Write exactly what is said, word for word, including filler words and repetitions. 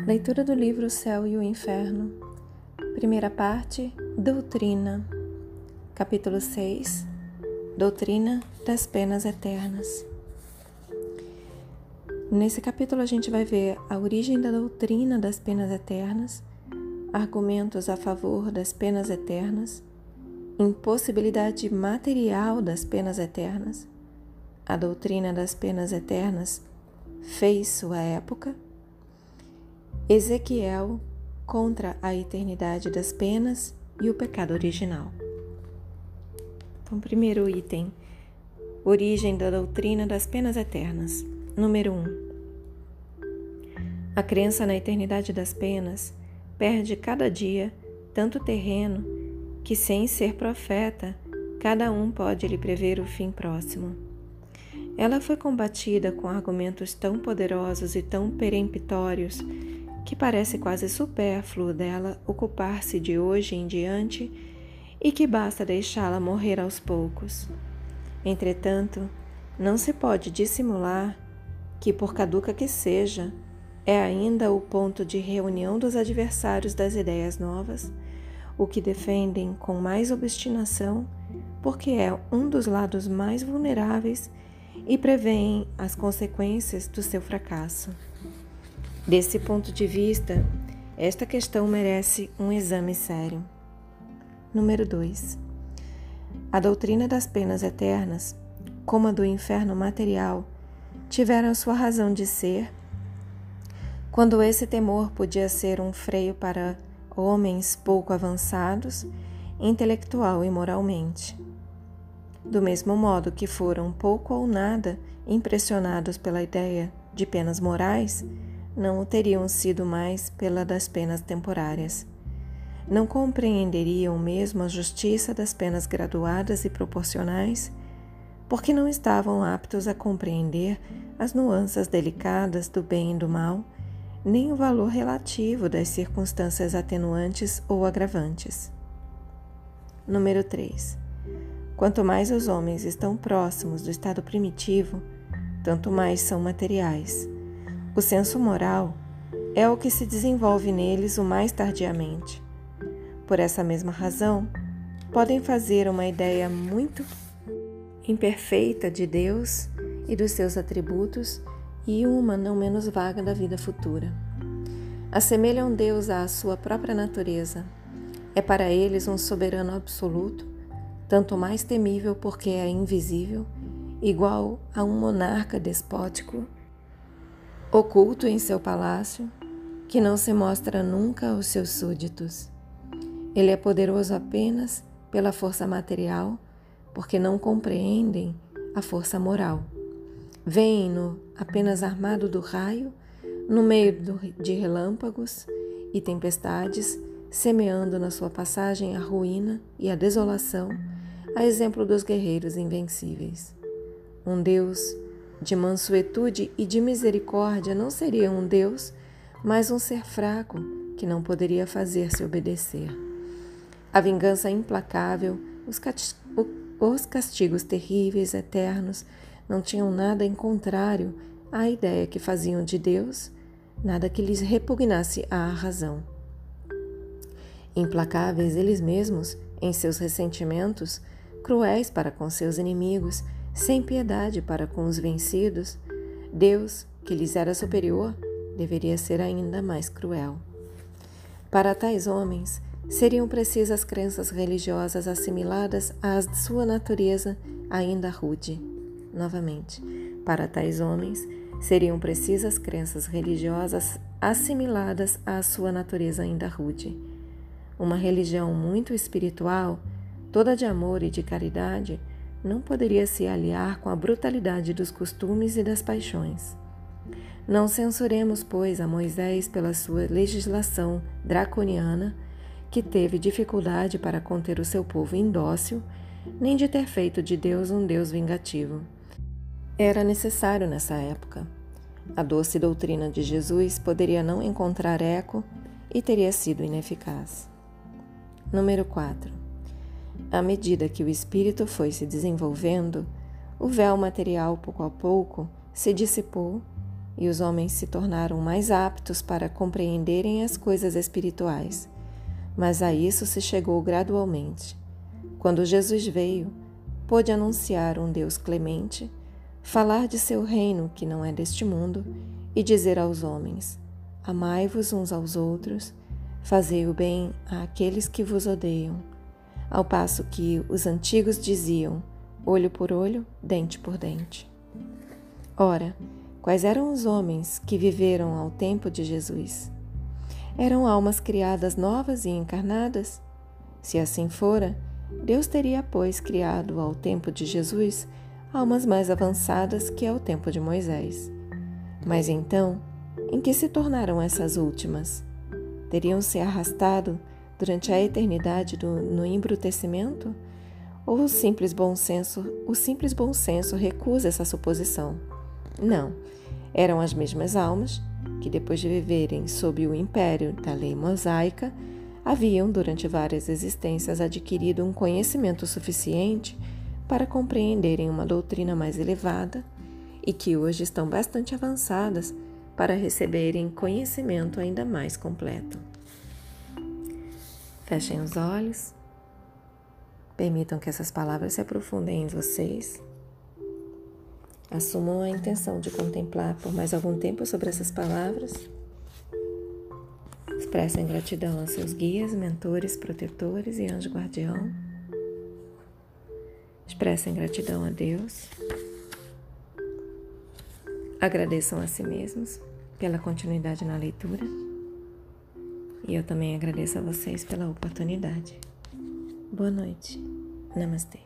Leitura do livro O Céu e o Inferno. Primeira parte, Doutrina. Capítulo seis, Doutrina das Penas Eternas. Nesse capítulo a gente vai ver a origem da doutrina das penas eternas, argumentos a favor das penas eternas, impossibilidade material das penas eternas. A doutrina das penas eternas fez sua época. Ezequiel contra a eternidade das penas e o pecado original. Então, primeiro item, origem da doutrina das penas eternas. Número um. A crença na eternidade das penas perde cada dia tanto terreno que, sem ser profeta, cada um pode lhe prever o fim próximo. Ela foi combatida com argumentos tão poderosos e tão peremptórios que parece quase supérfluo dela ocupar-se de hoje em diante e que basta deixá-la morrer aos poucos. Entretanto, não se pode dissimular que, por caduca que seja, é ainda o ponto de reunião dos adversários das ideias novas, o que defendem com mais obstinação, porque é um dos lados mais vulneráveis e preveem as consequências do seu fracasso. Desse ponto de vista, esta questão merece um exame sério. Número dois. A doutrina das penas eternas, como a do inferno material, tiveram sua razão de ser quando esse temor podia ser um freio para homens pouco avançados, intelectual e moralmente. Do mesmo modo que foram pouco ou nada impressionados pela ideia de penas morais, não o teriam sido mais pela das penas temporárias. Não compreenderiam mesmo a justiça das penas graduadas e proporcionais, porque não estavam aptos a compreender as nuances delicadas do bem e do mal, nem o valor relativo das circunstâncias atenuantes ou agravantes. Número três. Quanto mais os homens estão próximos do estado primitivo, tanto mais são materiais. O senso moral é o que se desenvolve neles o mais tardiamente. Por essa mesma razão, podem fazer uma ideia muito imperfeita de Deus e dos seus atributos e uma não menos vaga da vida futura. Assemelham Deus à sua própria natureza. É para eles um soberano absoluto, tanto mais temível porque é invisível, igual a um monarca despótico, oculto em seu palácio, que não se mostra nunca aos seus súditos. Ele é poderoso apenas pela força material, porque não compreendem a força moral. Veem-no apenas armado do raio, no meio de relâmpagos e tempestades, semeando na sua passagem a ruína e a desolação, a exemplo dos guerreiros invencíveis. Um Deus de mansuetude e de misericórdia não seria um Deus, mas um ser fraco que não poderia fazer-se obedecer. A vingança implacável, os, os castigos terríveis, eternos, não tinham nada em contrário à ideia que faziam de Deus, nada que lhes repugnasse à razão. Implacáveis eles mesmos, em seus ressentimentos, cruéis para com seus inimigos, sem piedade para com os vencidos, Deus, que lhes era superior, deveria ser ainda mais cruel. Para tais homens, seriam precisas crenças religiosas assimiladas à sua natureza ainda rude. Novamente, para tais homens, seriam precisas crenças religiosas assimiladas à sua natureza ainda rude. Uma religião muito espiritual, toda de amor e de caridade, não poderia se aliar com a brutalidade dos costumes e das paixões. Não censuremos, pois, a Moisés pela sua legislação draconiana, que teve dificuldade para conter o seu povo indócil, nem de ter feito de Deus um Deus vingativo. Era necessário nessa época. A doce doutrina de Jesus poderia não encontrar eco e teria sido ineficaz. Número quatro. À medida que o espírito foi se desenvolvendo, o véu material, pouco a pouco, se dissipou e os homens se tornaram mais aptos para compreenderem as coisas espirituais. Mas a isso se chegou gradualmente. Quando Jesus veio, pôde anunciar um Deus clemente, falar de seu reino que não é deste mundo e dizer aos homens: amai-vos uns aos outros, fazei o bem àqueles que vos odeiam. Ao passo que os antigos diziam: olho por olho, dente por dente. Ora, quais eram os homens que viveram ao tempo de Jesus? Eram almas criadas novas e encarnadas? Se assim fora, Deus teria, pois, criado ao tempo de Jesus almas mais avançadas que ao tempo de Moisés. Mas então, em que se tornaram essas últimas? Teriam se arrastado durante a eternidade do, no embrutecimento? Ou o simples bom senso, o simples bom senso recusa essa suposição? Não, eram as mesmas almas que, depois de viverem sob o império da lei mosaica, haviam, durante várias existências, adquirido um conhecimento suficiente para compreenderem uma doutrina mais elevada e que hoje estão bastante avançadas para receberem conhecimento ainda mais completo. Fechem os olhos, permitam que essas palavras se aprofundem em vocês. Assumam a intenção de contemplar por mais algum tempo sobre essas palavras. Expressem gratidão aos seus guias, mentores, protetores e anjo guardião. Expressem gratidão a Deus. Agradeçam a si mesmos pela continuidade na leitura. E eu também agradeço a vocês pela oportunidade. Boa noite. Namastê.